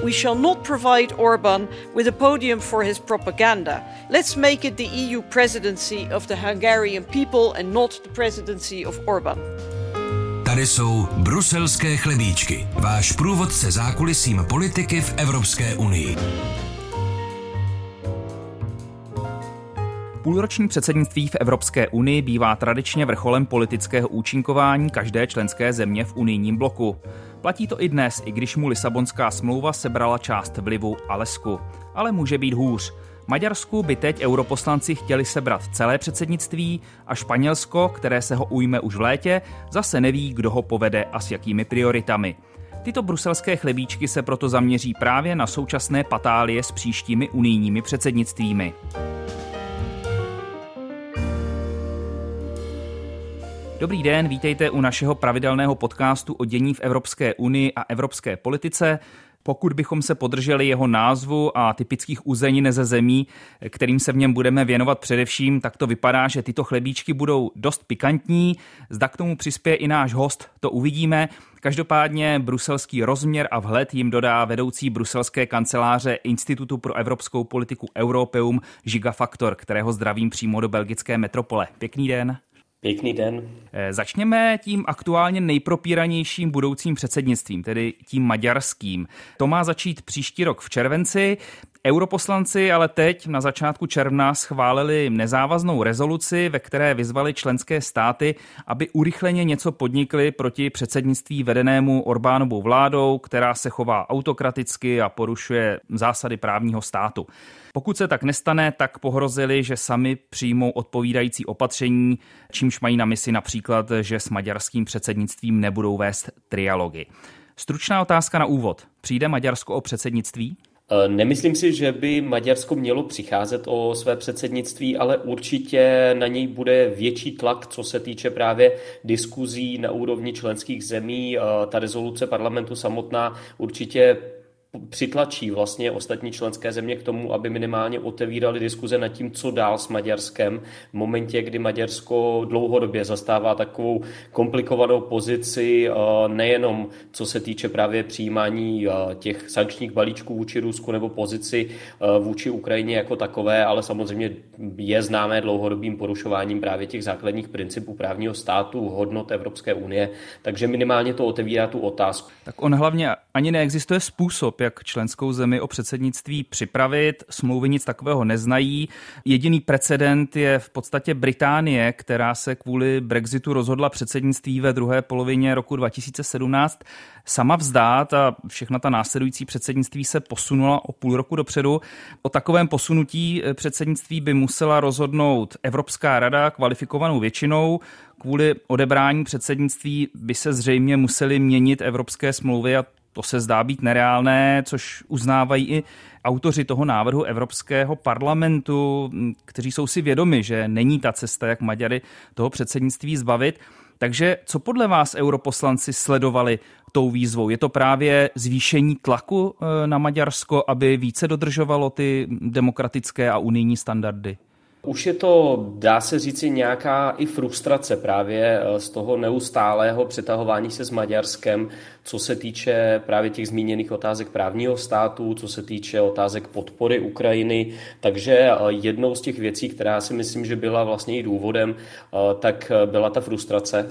We shall not provide Orbán with a podium for his propaganda. Let's make it the EU presidency of the Hungarian people and not the presidency of Orbán. Tady jsou bruselské chlebíčky, váš průvodce zákulisím politiky v Evropské unii. Půlroční předsednictví v Evropské unii bývá tradičně vrcholem politického účinkování každé členské země v unijním bloku. Platí to i dnes, i když mu Lisabonská smlouva sebrala část vlivu Alesku. Ale může být hůř. Maďarsku by teď europoslanci chtěli sebrat celé předsednictví a Španělsko, které se ho ujme už v létě, zase neví, kdo ho povede a s jakými prioritami. Tyto bruselské chlebíčky se proto zaměří právě na současné patálie s příštími unijními předsednictvími. Dobrý den, vítejte u našeho pravidelného podcastu o dění v Evropské unii a evropské politice. Pokud bychom se podrželi jeho názvu a typických uzenin ze zemí, kterým se v něm budeme věnovat především, tak to vypadá, že tyto chlebíčky budou dost pikantní. Zda k tomu přispěje i náš host, to uvidíme. Každopádně bruselský rozměr a vhled jim dodá vedoucí bruselské kanceláře Institutu pro evropskou politiku Europeum Žiga Faktor, kterého zdravím přímo do belgické metropole. Pěkný den. Pěkný den. Začněme tím aktuálně nejpropíranějším budoucím předsednictvím, tedy tím maďarským. To má začít příští rok v červenci. Europoslanci ale teď na začátku června schválili nezávaznou rezoluci, ve které vyzvali členské státy, aby urychleně něco podnikly proti předsednictví vedenému Orbánovou vládou, která se chová autokraticky a porušuje zásady právního státu. Pokud se tak nestane, tak pohrozili, že sami přijmou odpovídající opatření, čímž mají na mysli například, že s maďarským předsednictvím nebudou vést trialogy. Stručná otázka na úvod. Přijde Maďarsko o předsednictví? Nemyslím si, že by Maďarsko mělo přicházet o své předsednictví, ale určitě na něj bude větší tlak, co se týče právě diskuzí na úrovni členských zemí. Ta rezoluce parlamentu samotná určitě přitlačí vlastně ostatní členské země k tomu, aby minimálně otevírali diskuze nad tím, co dál s Maďarskem v momentě, kdy Maďarsko dlouhodobě zastává takovou komplikovanou pozici, nejenom co se týče právě přijímání těch sankčních balíčků vůči Rusku nebo pozici vůči Ukrajině jako takové, ale samozřejmě je známé dlouhodobým porušováním právě těch základních principů právního státu, hodnot Evropské unie, takže minimálně to otevírá tu otázku. Tak on hlavně ani neexistuje způsob, jak členskou zemi o předsednictví připravit. Smlouvy nic takového neznají. Jediný precedent je v podstatě Británie, která se kvůli Brexitu rozhodla předsednictví ve druhé polovině roku 2017 sama vzdát a všechna ta následující předsednictví se posunula o půl roku dopředu. O takovém posunutí předsednictví by musela rozhodnout Evropská rada kvalifikovanou většinou. Kvůli odebrání předsednictví by se zřejmě musely měnit evropské smlouvy a to se zdá být nereálné, což uznávají i autoři toho návrhu Evropského parlamentu, kteří jsou si vědomi, že není ta cesta, jak Maďary toho předsednictví zbavit. Takže co podle vás europoslanci sledovali tou výzvou? Je to právě zvýšení tlaku na Maďarsko, aby více dodržovalo ty demokratické a unijní standardy? Už je to, dá se říci, nějaká i frustrace právě z toho neustálého přetahování se s Maďarskem, co se týče právě těch zmíněných otázek právního státu, co se týče otázek podpory Ukrajiny. Takže jednou z těch věcí, která si myslím, že byla vlastně i důvodem, tak byla ta frustrace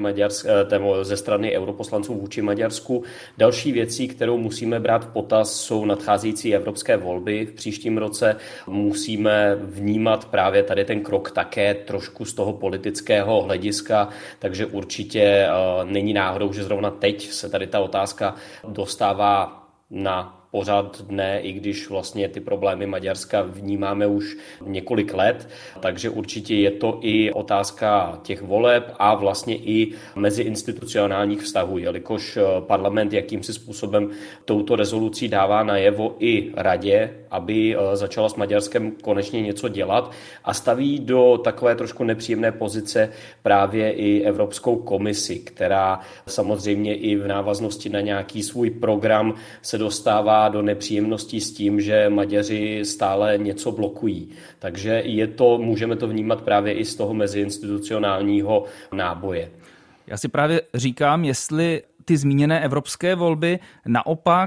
ze strany europoslanců vůči Maďarsku. Další věcí, kterou musíme brát v potaz, jsou nadcházející evropské volby v příštím roce. Musíme vnímat právě tady ten krok také trošku z toho politického hlediska, takže určitě není náhodou, že zrovna teď se tady ta otázka dostává na pořad dne, i když vlastně ty problémy Maďarska vnímáme už několik let, takže určitě je to i otázka těch voleb a vlastně i meziinstitucionálních vztahů, jelikož parlament jakýmsi způsobem touto rezolucí dává najevo i radě, aby začala s Maďarskem konečně něco dělat a staví do takové trošku nepříjemné pozice právě i Evropskou komisi, která samozřejmě i v návaznosti na nějaký svůj program se dostává do nepříjemností s tím, že Maďaři stále něco blokují. Takže můžeme to vnímat právě i z toho meziinstitucionálního náboje. Já si právě říkám, jestli ty zmíněné evropské volby naopak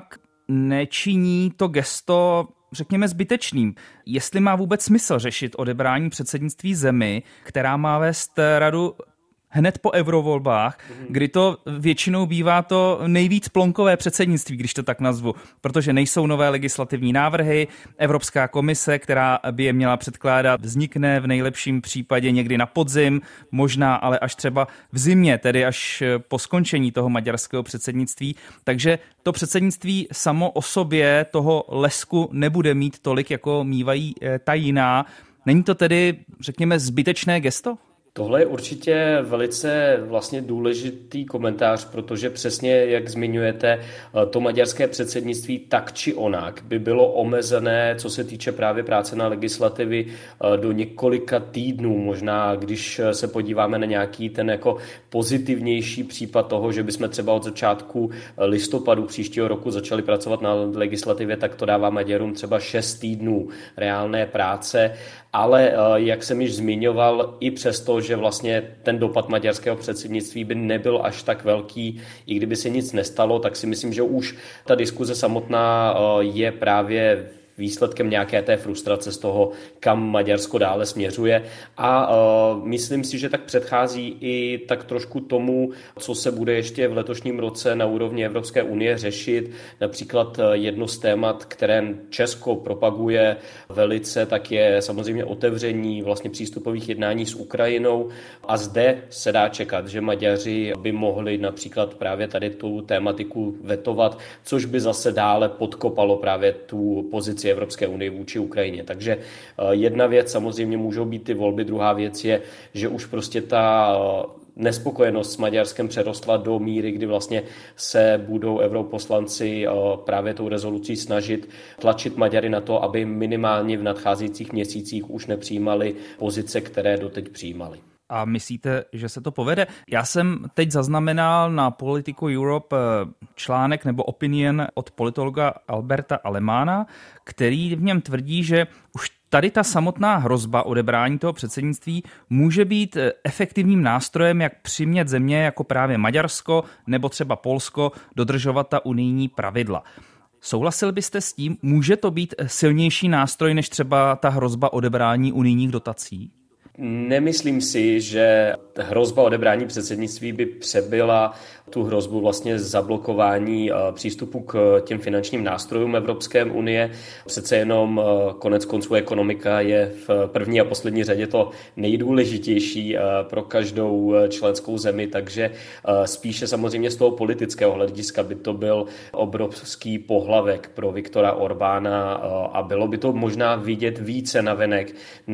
nečiní to gesto, řekněme, zbytečným. Jestli má vůbec smysl řešit odebrání předsednictví zemi, která má vést radu hned po eurovolbách, kdy to většinou bývá to nejvíc plonkové předsednictví, když to tak nazvu, protože nejsou nové legislativní návrhy, Evropská komise, která by je měla předkládat, vznikne v nejlepším případě někdy na podzim, možná ale až třeba v zimě, tedy až po skončení toho maďarského předsednictví, takže to předsednictví samo o sobě toho lesku nebude mít tolik, jako mívají ta jiná. Není to tedy, řekněme, zbytečné gesto? Tohle je určitě velice vlastně důležitý komentář, protože přesně, jak zmiňujete, to maďarské předsednictví tak či onak by bylo omezené, co se týče právě práce na legislativy, do několika týdnů. Možná, když se podíváme na nějaký ten jako pozitivnější případ toho, že bychom třeba od začátku listopadu příštího roku začali pracovat na legislativě, tak to dává Maďarům třeba 6 týdnů reálné práce. Ale jak jsem již zmiňoval, i přesto, že vlastně ten dopad maďarského předsednictví by nebyl až tak velký, i kdyby se nic nestalo, tak si myslím, že už ta diskuze samotná je právě výsledkem nějaké té frustrace z toho, kam Maďarsko dále směřuje. A myslím si, že tak předchází i tak trošku tomu, co se bude ještě v letošním roce na úrovni Evropské unie řešit. Například jedno z témat, které Česko propaguje velice, tak je samozřejmě otevření vlastně přístupových jednání s Ukrajinou. A zde se dá čekat, že Maďaři by mohli například právě tady tu tématiku vetovat, což by zase dále podkopalo právě tu pozici Evropské unie vůči Ukrajině. Takže jedna věc samozřejmě můžou být ty volby, druhá věc je, že už prostě ta nespokojenost s Maďarskem přerostla do míry, kdy vlastně se budou europoslanci právě tou rezolucí snažit tlačit Maďary na to, aby minimálně v nadcházejících měsících už nepřijímali pozice, které doteď přijímali. A myslíte, že se to povede? Já jsem teď zaznamenal na Politico Europe článek nebo opinion od politologa Alberta Alemána, který v něm tvrdí, že už tady ta samotná hrozba odebrání toho předsednictví může být efektivním nástrojem, jak přimět země jako právě Maďarsko nebo třeba Polsko dodržovat ta unijní pravidla. Souhlasil byste s tím? Může to být silnější nástroj než třeba ta hrozba odebrání unijních dotací? Nemyslím si, že hrozba odebrání předsednictví by přebyla tu hrozbu vlastně zablokování přístupu k těm finančním nástrojům Evropské unie. Přece jenom konec konců ekonomika je v první a poslední řadě to nejdůležitější pro každou členskou zemi, takže spíše samozřejmě z toho politického hlediska by to byl obrovský pohlavek pro Viktora Orbána a bylo by to možná vidět více navenek,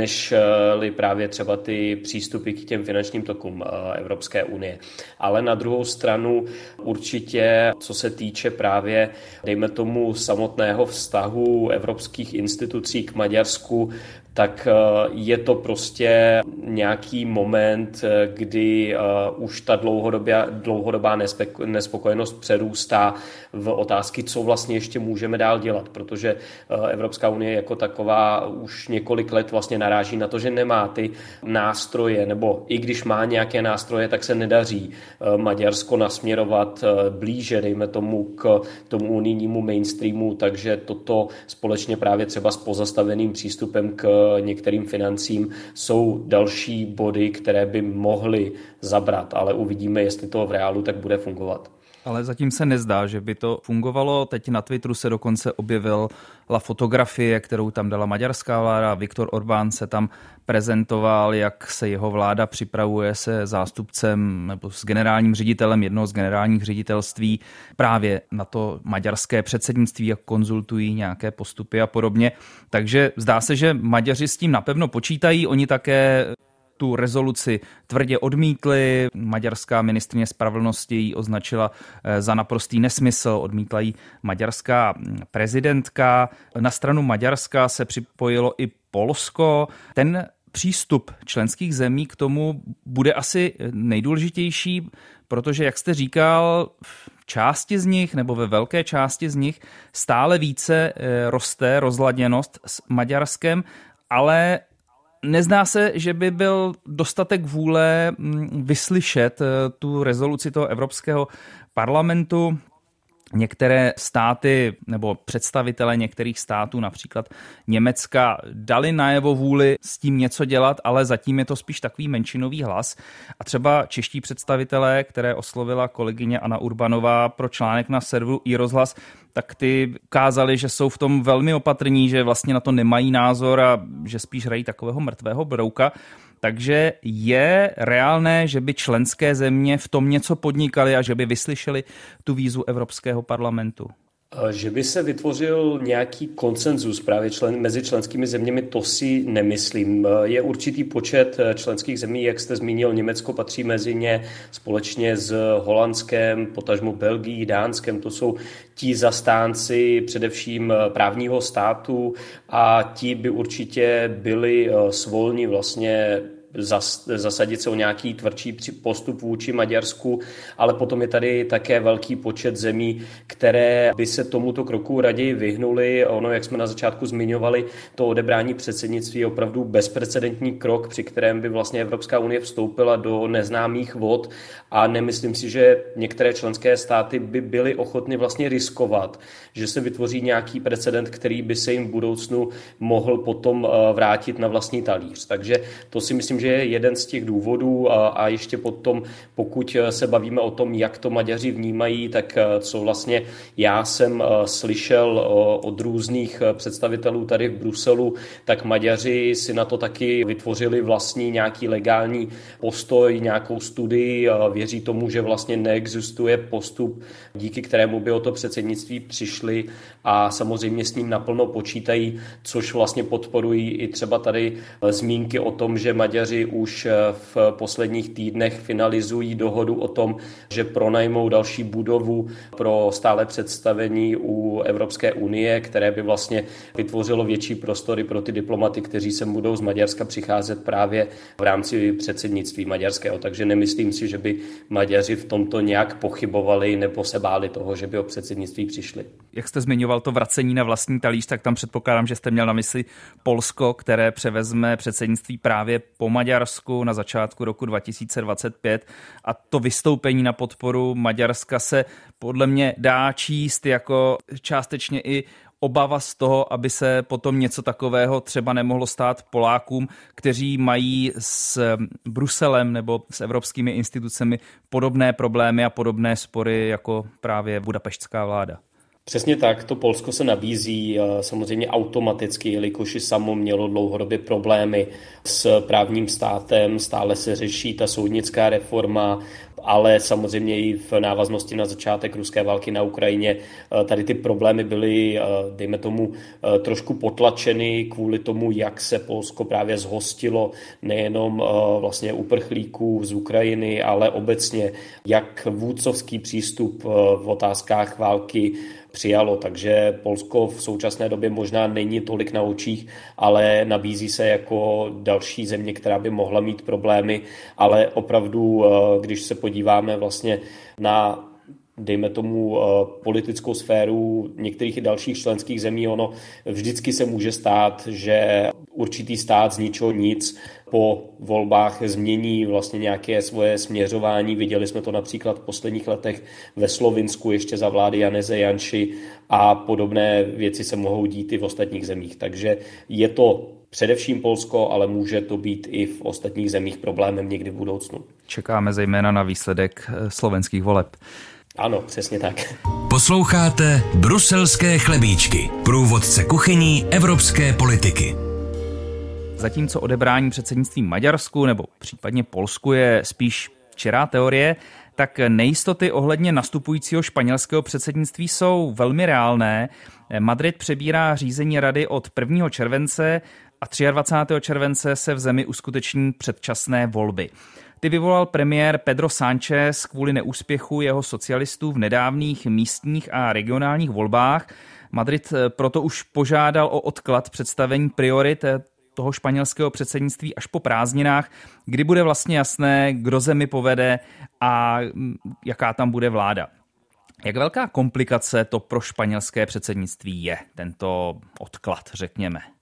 než-li právě třeba ty přístupy k těm finančním tokům Evropské unie. Ale na druhou stranu určitě, co se týče právě, dejme tomu, samotného vztahu evropských institucí k Maďarsku, tak je to prostě nějaký moment, kdy už ta dlouhodobá nespokojenost přerůstá v otázky, co vlastně ještě můžeme dál dělat, protože Evropská unie jako taková už několik let vlastně naráží na to, že nemá ty nástroje, nebo i když má nějaké nástroje, tak se nedaří Maďarsko nasměrovat blíže, dejme tomu, k tomu unijnímu mainstreamu, takže toto společně právě třeba s pozastaveným přístupem k některým financím jsou další body, které by mohly zabrat, ale uvidíme, jestli to v reálu tak bude fungovat. Ale zatím se nezdá, že by to fungovalo. Teď na Twitteru se dokonce objevila fotografie, kterou tam dala maďarská vláda. Viktor Orbán se tam prezentoval, jak se jeho vláda připravuje se zástupcem nebo s generálním ředitelem jednoho z generálních ředitelství právě na to maďarské předsednictví, jak konzultují nějaké postupy a podobně. Takže zdá se, že Maďaři s tím napevno počítají. Oni také tu rezoluci tvrdě odmítli. Maďarská ministryně spravedlnosti ji označila za naprostý nesmysl, odmítla ji maďarská prezidentka. Na stranu Maďarska se připojilo i Polsko. Ten přístup členských zemí k tomu bude asi nejdůležitější, protože, jak jste říkal, v části z nich nebo ve velké části z nich stále více roste rozladěnost s Maďarskem, ale nezdá se, že by byl dostatek vůle vyslyšet tu rezoluci toho Evropského parlamentu. některé státy nebo představitelé některých států, například Německa, dali najevo vůli s tím něco dělat, ale zatím je to spíš takový menšinový hlas. A třeba čeští představitelé, které oslovila kolegyně Anna Urbanová pro článek na serveru iRozhlas, tak ty ukázali, že jsou v tom velmi opatrní, že vlastně na to nemají názor a že spíš hrají takového mrtvého brouka. Takže je reálné, že by členské země v tom něco podnikaly a že by vyslyšeli tu výzvu Evropského parlamentu? Že by se vytvořil nějaký konsenzus právě mezi členskými zeměmi, to si nemyslím. Je určitý počet členských zemí, jak jste zmínil, Německo patří mezi ně společně s Holandskem, potažmo Belgií, Dánskem. To jsou ti zastánci především právního státu a ti by určitě byli svolni vlastně zasadit se o nějaký tvrdší postup vůči Maďarsku, ale potom je tady také velký počet zemí, které by se tomuto kroku raději vyhnuli. Ono, jak jsme na začátku zmiňovali, to odebrání předsednictví je opravdu bezprecedentní krok, při kterém by vlastně Evropská unie vstoupila do neznámých vod a nemyslím si, že některé členské státy by byly ochotny vlastně riskovat, že se vytvoří nějaký precedent, který by se jim v budoucnu mohl potom vrátit na vlastní talíř. Takže to si myslím, že je jeden z těch důvodů a ještě potom, pokud se bavíme o tom, jak to Maďaři vnímají, tak co vlastně já jsem slyšel od různých představitelů tady v Bruselu, tak Maďaři si na to taky vytvořili vlastní nějaký legální postoj, nějakou studii, věří tomu, že vlastně neexistuje postup, díky kterému by o to předsednictví přišli a samozřejmě s ním naplno počítají, což vlastně podporují i třeba tady zmínky o tom, že Maďaři už v posledních týdnech finalizují dohodu o tom, že pronajmou další budovu pro stále představení u Evropské unie, které by vlastně vytvořilo větší prostory pro ty diplomaty, kteří sem budou z Maďarska přicházet právě v rámci předsednictví maďarského. Takže nemyslím si, že by Maďaři v tomto nějak pochybovali nebo se báli toho, že by o předsednictví přišli. Jak jste zmiňoval to vracení na vlastní talíř, tak tam předpokládám, že jste měl na mysli Polsko, které převezme předsednictví právě po Maďarsku na začátku roku 2025 a to vystoupení na podporu Maďarska se podle mě dá číst jako částečně i obava z toho, aby se potom něco takového třeba nemohlo stát Polákům, kteří mají s Bruselem nebo s evropskými institucemi podobné problémy a podobné spory jako právě budapeštská vláda. Přesně tak, to Polsko se nabízí samozřejmě automaticky, jelikož i samo mělo dlouhodobě problémy s právním státem, stále se řeší ta soudnická reforma, ale samozřejmě i v návaznosti na začátek ruské války na Ukrajině tady ty problémy byly, dejme tomu, trošku potlačeny kvůli tomu, jak se Polsko právě zhostilo nejenom vlastně uprchlíků z Ukrajiny, ale obecně jak vůdcovský přístup v otázkách války přijalo, takže Polsko v současné době možná není tolik na očích, ale nabízí se jako další země, která by mohla mít problémy, ale opravdu, když se podíváme vlastně na dejme tomu politickou sféru některých i dalších členských zemí, ono vždycky se může stát, že určitý stát z ničeho nic po volbách změní vlastně nějaké svoje směřování. Viděli jsme to například v posledních letech ve Slovinsku ještě za vlády Janeze Janši a podobné věci se mohou dít i v ostatních zemích. Takže je to především Polsko, ale může to být i v ostatních zemích problémem někdy v budoucnu. Čekáme zejména na výsledek slovenských voleb. Ano, přesně tak. Posloucháte Bruselské chlebíčky, průvodce kuchyní evropské politiky. Zatímco odebrání předsednictví Maďarsku nebo případně Polsku je spíš čirá teorie, tak nejistoty ohledně nastupujícího španělského předsednictví jsou velmi reálné. Madrid přebírá řízení rady od 1. července a 23. července se v zemi uskuteční předčasné volby. Ty vyvolal premiér Pedro Sánchez kvůli neúspěchu jeho socialistů v nedávných místních a regionálních volbách. Madrid proto už požádal o odklad představení priorit toho španělského předsednictví až po prázdninách, kdy bude vlastně jasné, kdo zemi povede a jaká tam bude vláda. Jak velká komplikace to pro španělské předsednictví je, tento odklad, řekněme?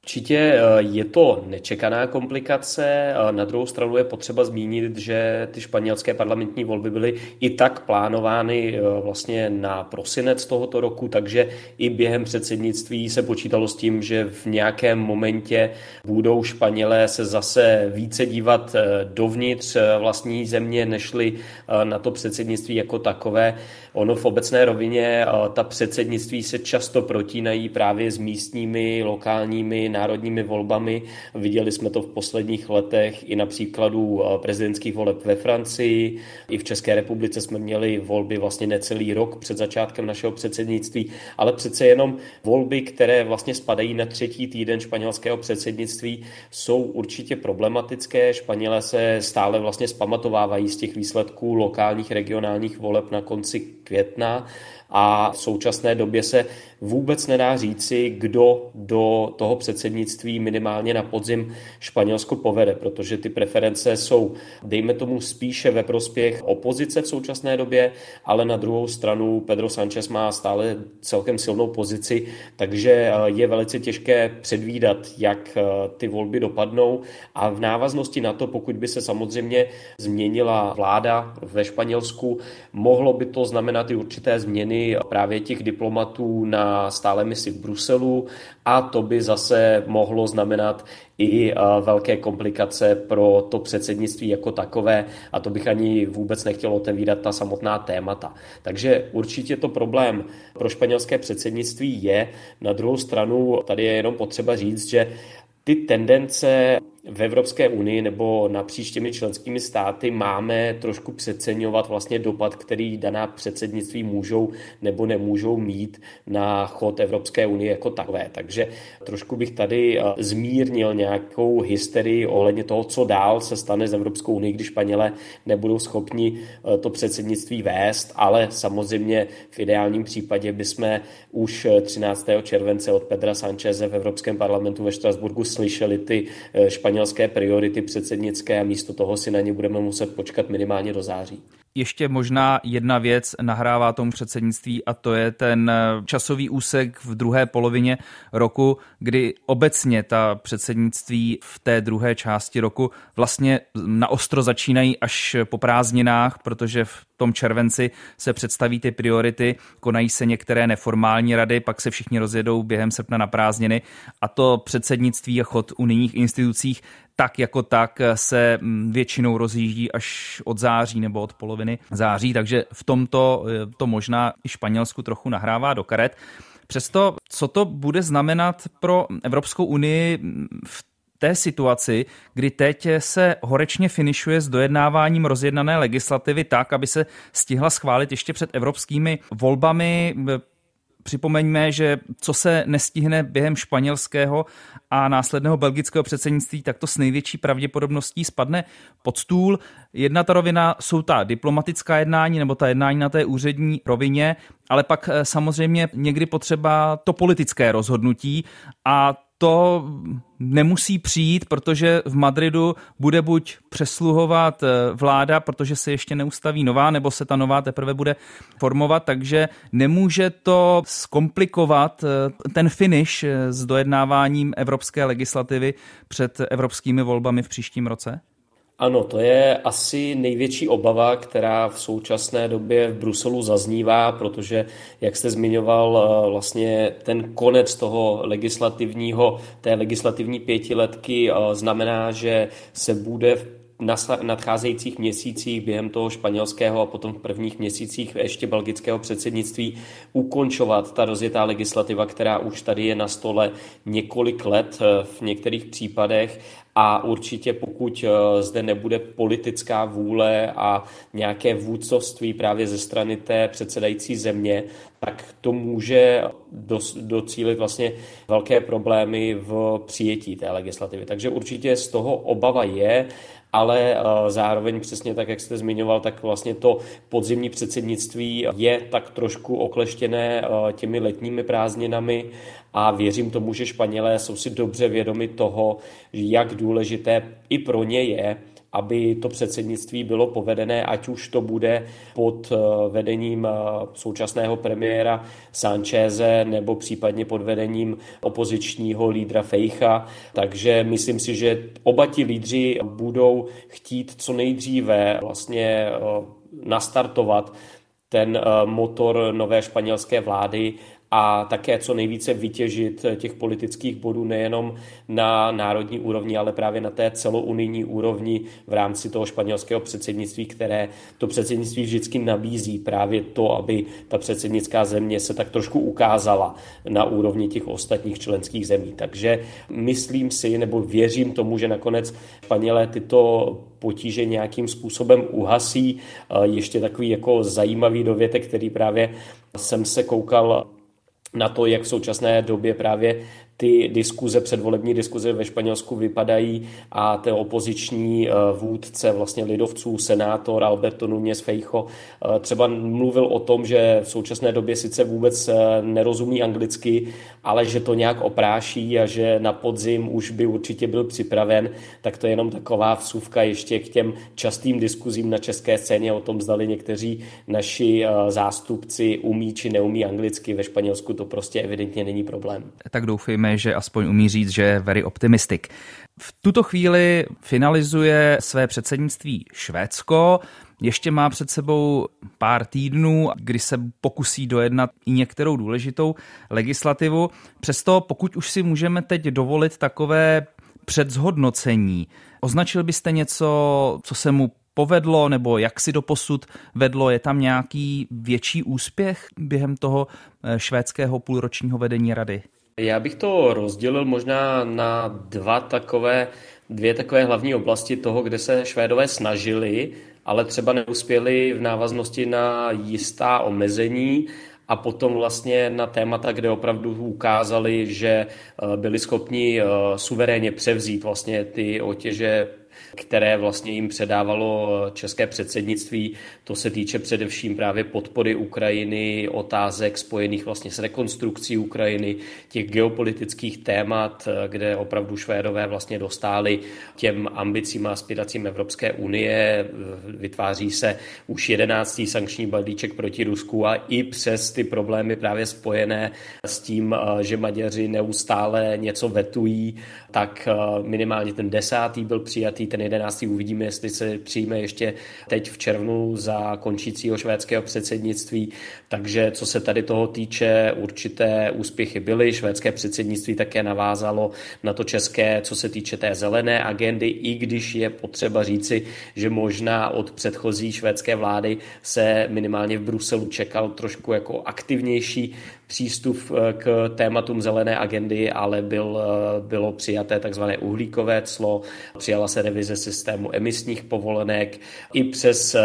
Určitě je to nečekaná komplikace. Na druhou stranu je potřeba zmínit, že ty španělské parlamentní volby byly i tak plánovány vlastně na prosinec tohoto roku, takže i během předsednictví se počítalo s tím, že v nějakém momentě budou Španělé se zase více dívat dovnitř vlastní země, nežli na to předsednictví jako takové. Ono v obecné rovině ta předsednictví se často protínají právě s místními, lokálními, národními volbami. Viděli jsme to v posledních letech i na příkladu prezidentských voleb ve Francii. I v České republice jsme měli volby vlastně necelý rok před začátkem našeho předsednictví, ale přece jenom volby, které vlastně spadají na třetí týden španělského předsednictví, jsou určitě problematické. Španělé se stále vlastně zpamatovávají z těch výsledků lokálních, regionálních voleb na konci května a v současné době se vůbec nedá říci, kdo do toho předsednictví minimálně na podzim Španělsko povede, protože ty preference jsou, dejme tomu, spíše ve prospěch opozice v současné době, ale na druhou stranu Pedro Sánchez má stále celkem silnou pozici, takže je velice těžké předvídat, jak ty volby dopadnou a v návaznosti na to, pokud by se samozřejmě změnila vláda ve Španělsku, mohlo by to znamenat i určité změny právě těch diplomatů na stále misi v Bruselu a to by zase mohlo znamenat i velké komplikace pro to předsednictví jako takové a to bych ani vůbec nechtěl otevírat ta samotná témata. Takže určitě to problém pro španělské předsednictví je. Na druhou stranu tady je jenom potřeba říct, že ty tendence v Evropské unii nebo napříč těmi členskými státy máme trošku přeceňovat vlastně dopad, který daná předsednictví můžou nebo nemůžou mít na chod Evropské unie jako takové. Takže trošku bych tady zmírnil nějakou hysterii ohledně toho, co dál se stane s Evropskou unii, když Španělé nebudou schopni to předsednictví vést, ale samozřejmě v ideálním případě bychom už 13. července od Pedra Sáncheze v Evropském parlamentu ve Štrasburku slyšeli ty španělské priority předsednické a místo toho si na ně budeme muset počkat minimálně do září. Ještě možná jedna věc nahrává tomu předsednictví a to je ten časový úsek v druhé polovině roku, kdy obecně ta předsednictví v té druhé části roku vlastně naostro začínají až po prázdninách, protože v tom červenci se představí ty priority, konají se některé neformální rady, pak se všichni rozjedou během srpna na prázdniny a to předsednictví a chod unijních institucích tak jako tak se většinou rozjíždí až od září nebo od poloviny září, takže v tomto to možná i Španělsku trochu nahrává do karet. Přesto, co to bude znamenat pro Evropskou unii v té situaci, kdy teď se horečně finišuje s dojednáváním rozjednané legislativy tak, aby se stihla schválit ještě před evropskými volbami. Připomeňme, že co se nestihne během španělského a následného belgického předsednictví, tak to s největší pravděpodobností spadne pod stůl. Jedna ta rovina jsou ta diplomatická jednání nebo ta jednání na té úřední rovině, ale pak samozřejmě někdy potřeba to politické rozhodnutí a to nemusí přijít, protože v Madridu bude buď přesluhovat vláda, protože se ještě neustaví nová, nebo se ta nová teprve bude formovat, takže nemůže to zkomplikovat ten finish s dojednáváním evropské legislativy před evropskými volbami v příštím roce? Ano, to je asi největší obava, která v současné době v Bruselu zaznívá, protože, jak jste zmiňoval, vlastně ten konec toho té legislativní pětiletky znamená, že se bude v nadcházejících měsících během toho španělského a potom v prvních měsících ještě belgického předsednictví ukončovat ta rozjetá legislativa, která už tady je na stole několik let v některých případech a určitě pokud zde nebude politická vůle a nějaké vůdcovství právě ze strany té předsedající země, tak to může docílit vlastně velké problémy v přijetí té legislativy. Takže určitě z toho obava je, ale zároveň přesně tak, jak jste zmiňoval, tak vlastně to podzimní předsednictví je tak trošku okleštěné těmi letními prázdninami a věřím tomu, že Španělé jsou si dobře vědomi toho, jak důležité i pro ně je, aby to předsednictví bylo povedené, ať už to bude pod vedením současného premiéra Sancheze nebo případně pod vedením opozičního lídra Feicha. Takže myslím si, že oba ti lídři budou chtít co nejdříve vlastně nastartovat ten motor nové španělské vlády a také co nejvíce vytěžit těch politických bodů nejenom na národní úrovni, ale právě na té celounijní úrovni v rámci toho španělského předsednictví, které to předsednictví vždycky nabízí právě to, aby ta předsednická země se tak trošku ukázala na úrovni těch ostatních členských zemí. Takže myslím si, nebo věřím tomu, že nakonec Španělé tyto potíže nějakým způsobem uhasí. Ještě takový jako zajímavý dovětek, který právě jsem se koukal na to, jak v současné době právě ty diskuze, předvolební diskuze ve Španělsku vypadají a ten opoziční vůdce vlastně lidovců, senátor Alberto Núñez Feijóo třeba mluvil o tom, že v současné době sice vůbec nerozumí anglicky, ale že to nějak opráší a že na podzim už by určitě byl připraven, tak to je jenom taková vsuvka ještě k těm častým diskuzím na české scéně o tom, zdali někteří naši zástupci umí či neumí anglicky. Ve Španělsku to prostě evidentně není problém. Tak doufejme, že aspoň umí říct, že je very optimistic. V tuto chvíli finalizuje své předsednictví Švédsko. Ještě má před sebou pár týdnů, kdy se pokusí dojednat i některou důležitou legislativu. Přesto, pokud už si můžeme teď dovolit takové předzhodnocení, označil byste něco, co se mu povedlo, nebo jak si doposud vedlo? Je tam nějaký větší úspěch během toho švédského půlročního vedení rady? Já bych to rozdělil možná na dvě takové hlavní oblasti toho, kde se Švédové snažili, ale třeba neuspěli v návaznosti na jistá omezení a potom vlastně na témata, kde opravdu ukázali, že byli schopni suverénně převzít vlastně ty otěže, které vlastně jim předávalo české předsednictví. To se týče především právě podpory Ukrajiny, otázek spojených vlastně s rekonstrukcí Ukrajiny, těch geopolitických témat, kde opravdu Švédové vlastně dostáli těm ambicím a aspiracím Evropské unie. Vytváří se už 11. sankční balíček proti Rusku a i přes ty problémy právě spojené s tím, že Maďaři neustále něco vetují, tak minimálně ten 10. byl přijatý, ten 11. uvidíme, jestli se přijme ještě teď v červnu za končícího švédského předsednictví. Takže co se tady toho týče, určité úspěchy byly. Švédské předsednictví také navázalo na to české, co se týče té zelené agendy, i když je potřeba říci, že možná od předchozí švédské vlády se minimálně v Bruselu čekal trošku jako aktivnější přístup k tématům zelené agendy, ale bylo přijaté takzvané uhlíkové clo, přijala se revize systému emisních povolenek i přes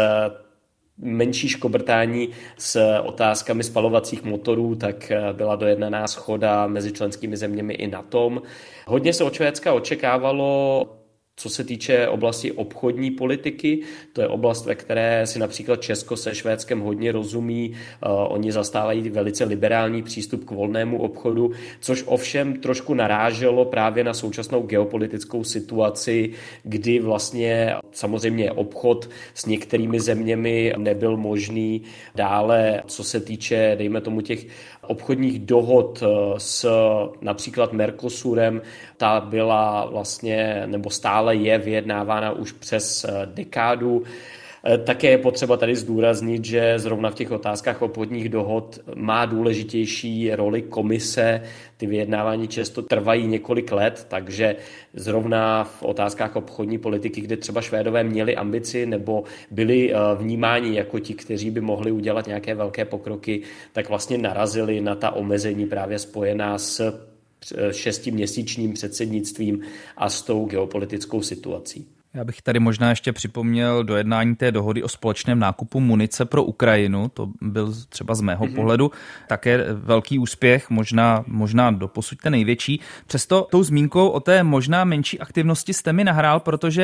menší škobrtání s otázkami spalovacích motorů, tak byla dojednaná shoda mezi členskými zeměmi i na tom. Hodně se od Švédska očekávalo, co se týče oblasti obchodní politiky, to je oblast, ve které si například Česko se Švédskem hodně rozumí. Oni zastávají velice liberální přístup k volnému obchodu, což ovšem trošku naráželo právě na současnou geopolitickou situaci, kdy vlastně samozřejmě obchod s některými zeměmi nebyl možný. Dále, co se týče, dejme tomu, těch obchodních dohod s například Mercosurem, ta byla vlastně, nebo stále je vyjednávána už přes dekádu. Také je potřeba tady zdůraznit, že zrovna v těch otázkách obchodních dohod má důležitější roli komise. Ty vyjednávání často trvají několik let, takže zrovna v otázkách obchodní politiky, kde třeba Švédové měli ambici nebo byli vnímáni jako ti, kteří by mohli udělat nějaké velké pokroky, tak vlastně narazili na ta omezení právě spojená s 6měsíčním předsednictvím a s tou geopolitickou situací. Já bych tady možná ještě připomněl dojednání té dohody o společném nákupu munice pro Ukrajinu. To byl třeba z mého pohledu také velký úspěch, možná doposud ten největší. Přesto tou zmínkou o té možná menší aktivnosti jste mi nahrál, protože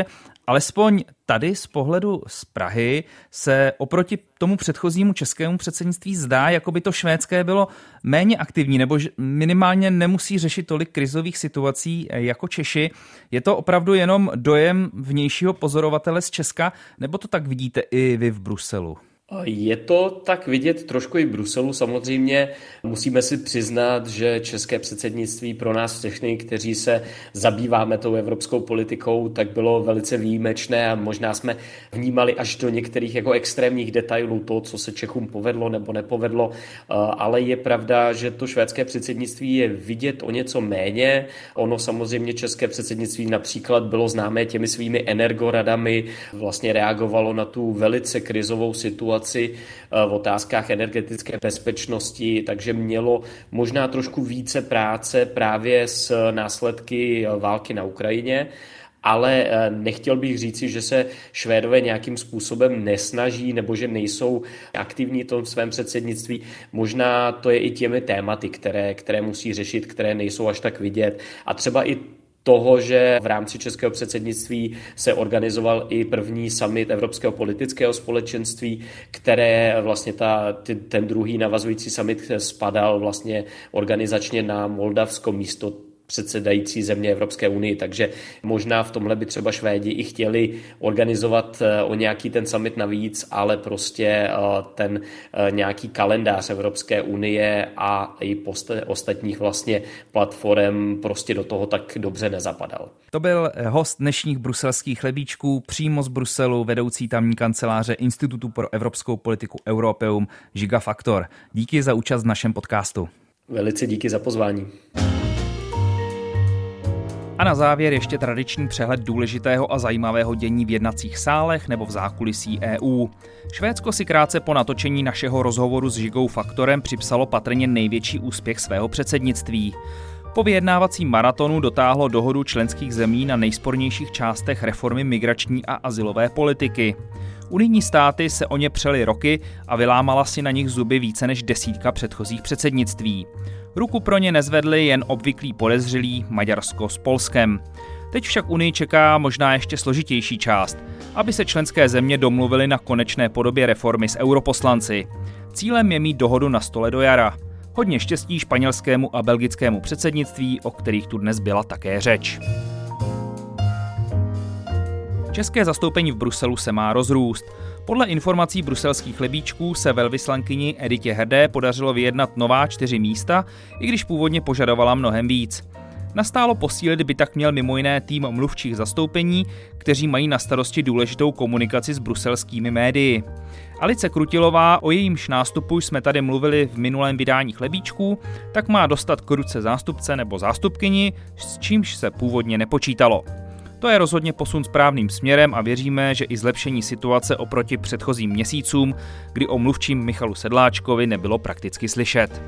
Alespoň tady z pohledu z Prahy se oproti tomu předchozímu českému předsednictví zdá, jako by to švédské bylo méně aktivní, nebo minimálně nemusí řešit tolik krizových situací jako Češi. Je to opravdu jenom dojem vnějšího pozorovatele z Česka, nebo to tak vidíte i vy v Bruselu? Je to tak vidět trošku i v Bruselu. Samozřejmě musíme si přiznat, že české předsednictví pro nás všechny, kteří se zabýváme tou evropskou politikou, tak bylo velice výjimečné a možná jsme vnímali až do některých jako extrémních detailů to, co se Čechům povedlo nebo nepovedlo, ale je pravda, že to švédské předsednictví je vidět o něco méně. Ono samozřejmě české předsednictví například bylo známé těmi svými energoradami, vlastně reagovalo na tu velice krizovou situaci v otázkách energetické bezpečnosti, takže mělo možná trošku více práce právě s následky války na Ukrajině. Ale nechtěl bych říci, že se Švédové nějakým způsobem nesnaží nebo že nejsou aktivní v tom svém předsednictví. Možná to je i těmi tématy, které musí řešit, které nejsou až tak vidět. A třeba i toho, že v rámci českého předsednictví se organizoval i první summit Evropského politického společenství, které vlastně ten druhý navazující summit spadal vlastně organizačně na Moldavsko místo předsedající země Evropské unii, takže možná v tomhle by třeba Švédi i chtěli organizovat o nějaký ten summit navíc, ale prostě ten nějaký kalendář Evropské unie a i ostatních vlastně platform prostě do toho tak dobře nezapadal. To byl host dnešních bruselských chlebíčků přímo z Bruselu, vedoucí tamní kanceláře Institutu pro evropskou politiku Europeum Žiga Faktor. Díky za účast v našem podcastu. Velice díky za pozvání. A na závěr ještě tradiční přehled důležitého a zajímavého dění v jednacích sálech nebo v zákulisí EU. Švédsko si krátce po natočení našeho rozhovoru s Žigou Faktorem připsalo patrně největší úspěch svého předsednictví. Po vyjednávacím maratonu dotáhlo dohodu členských zemí na nejspornějších částech reformy migrační a azylové politiky. Unijní státy se o ně přely roky a vylámala si na nich zuby více než desítka předchozích předsednictví. Ruku pro ně nezvedli jen obvyklí podezřelí Maďarsko s Polskem. Teď však Unii čeká možná ještě složitější část, aby se členské země domluvily na konečné podobě reformy s europoslanci. Cílem je mít dohodu na stole do jara. Hodně štěstí španělskému a belgickému předsednictví, o kterých tu dnes byla také řeč. České zastoupení v Bruselu se má rozrůst. Podle informací bruselských chlebíčků se velvyslankyni Editě Hrdé podařilo vyjednat nová 4 místa, i když původně požadovala mnohem víc. Nastálo posílit by tak měl mimo jiné tým mluvčích zastoupení, kteří mají na starosti důležitou komunikaci s bruselskými médii. Alice Krutilová, o jejímž nástupu jsme tady mluvili v minulém vydání chlebíčků, tak má dostat k ruce zástupce nebo zástupkyni, s čímž se původně nepočítalo. To je rozhodně posun správným směrem a věříme, že i zlepšení situace oproti předchozím měsícům, kdy o mluvčím Michalu Sedláčkovi nebylo prakticky slyšet.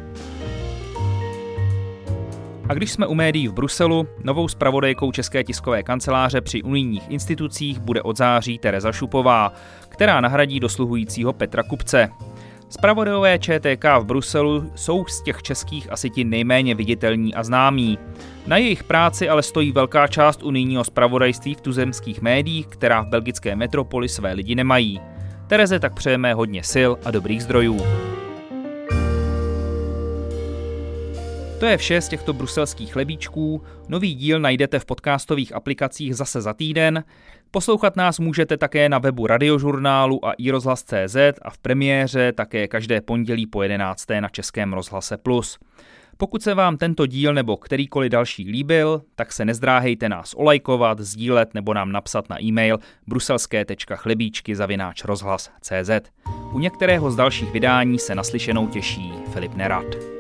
A když jsme u médií v Bruselu, novou zpravodajkou České tiskové kanceláře při unijních institucích bude od září Tereza Šupová, která nahradí dosluhujícího Petra Kupce. Zpravodajové ČTK v Bruselu jsou z těch českých asi ti nejméně viditelní a známí. Na jejich práci ale stojí velká část unijního zpravodajství v tuzemských médiích, která v belgické metropoli své lidi nemají. Tereze tak přejeme hodně sil a dobrých zdrojů. To je vše z těchto bruselských chlebíčků. Nový díl najdete v podcastových aplikacích zase za týden. Poslouchat nás můžete také na webu Radiožurnálu a iRozhlas.cz a v premiéře také každé pondělí po 11. na Českém rozhlase Plus. Pokud se vám tento díl nebo kterýkoliv další líbil, tak se nezdráhejte nás olajkovat, sdílet nebo nám napsat na e-mail bruselské.chlebíčky@rozhlas.cz. U některého z dalších vydání se naslyšenou těší Filip Nerad.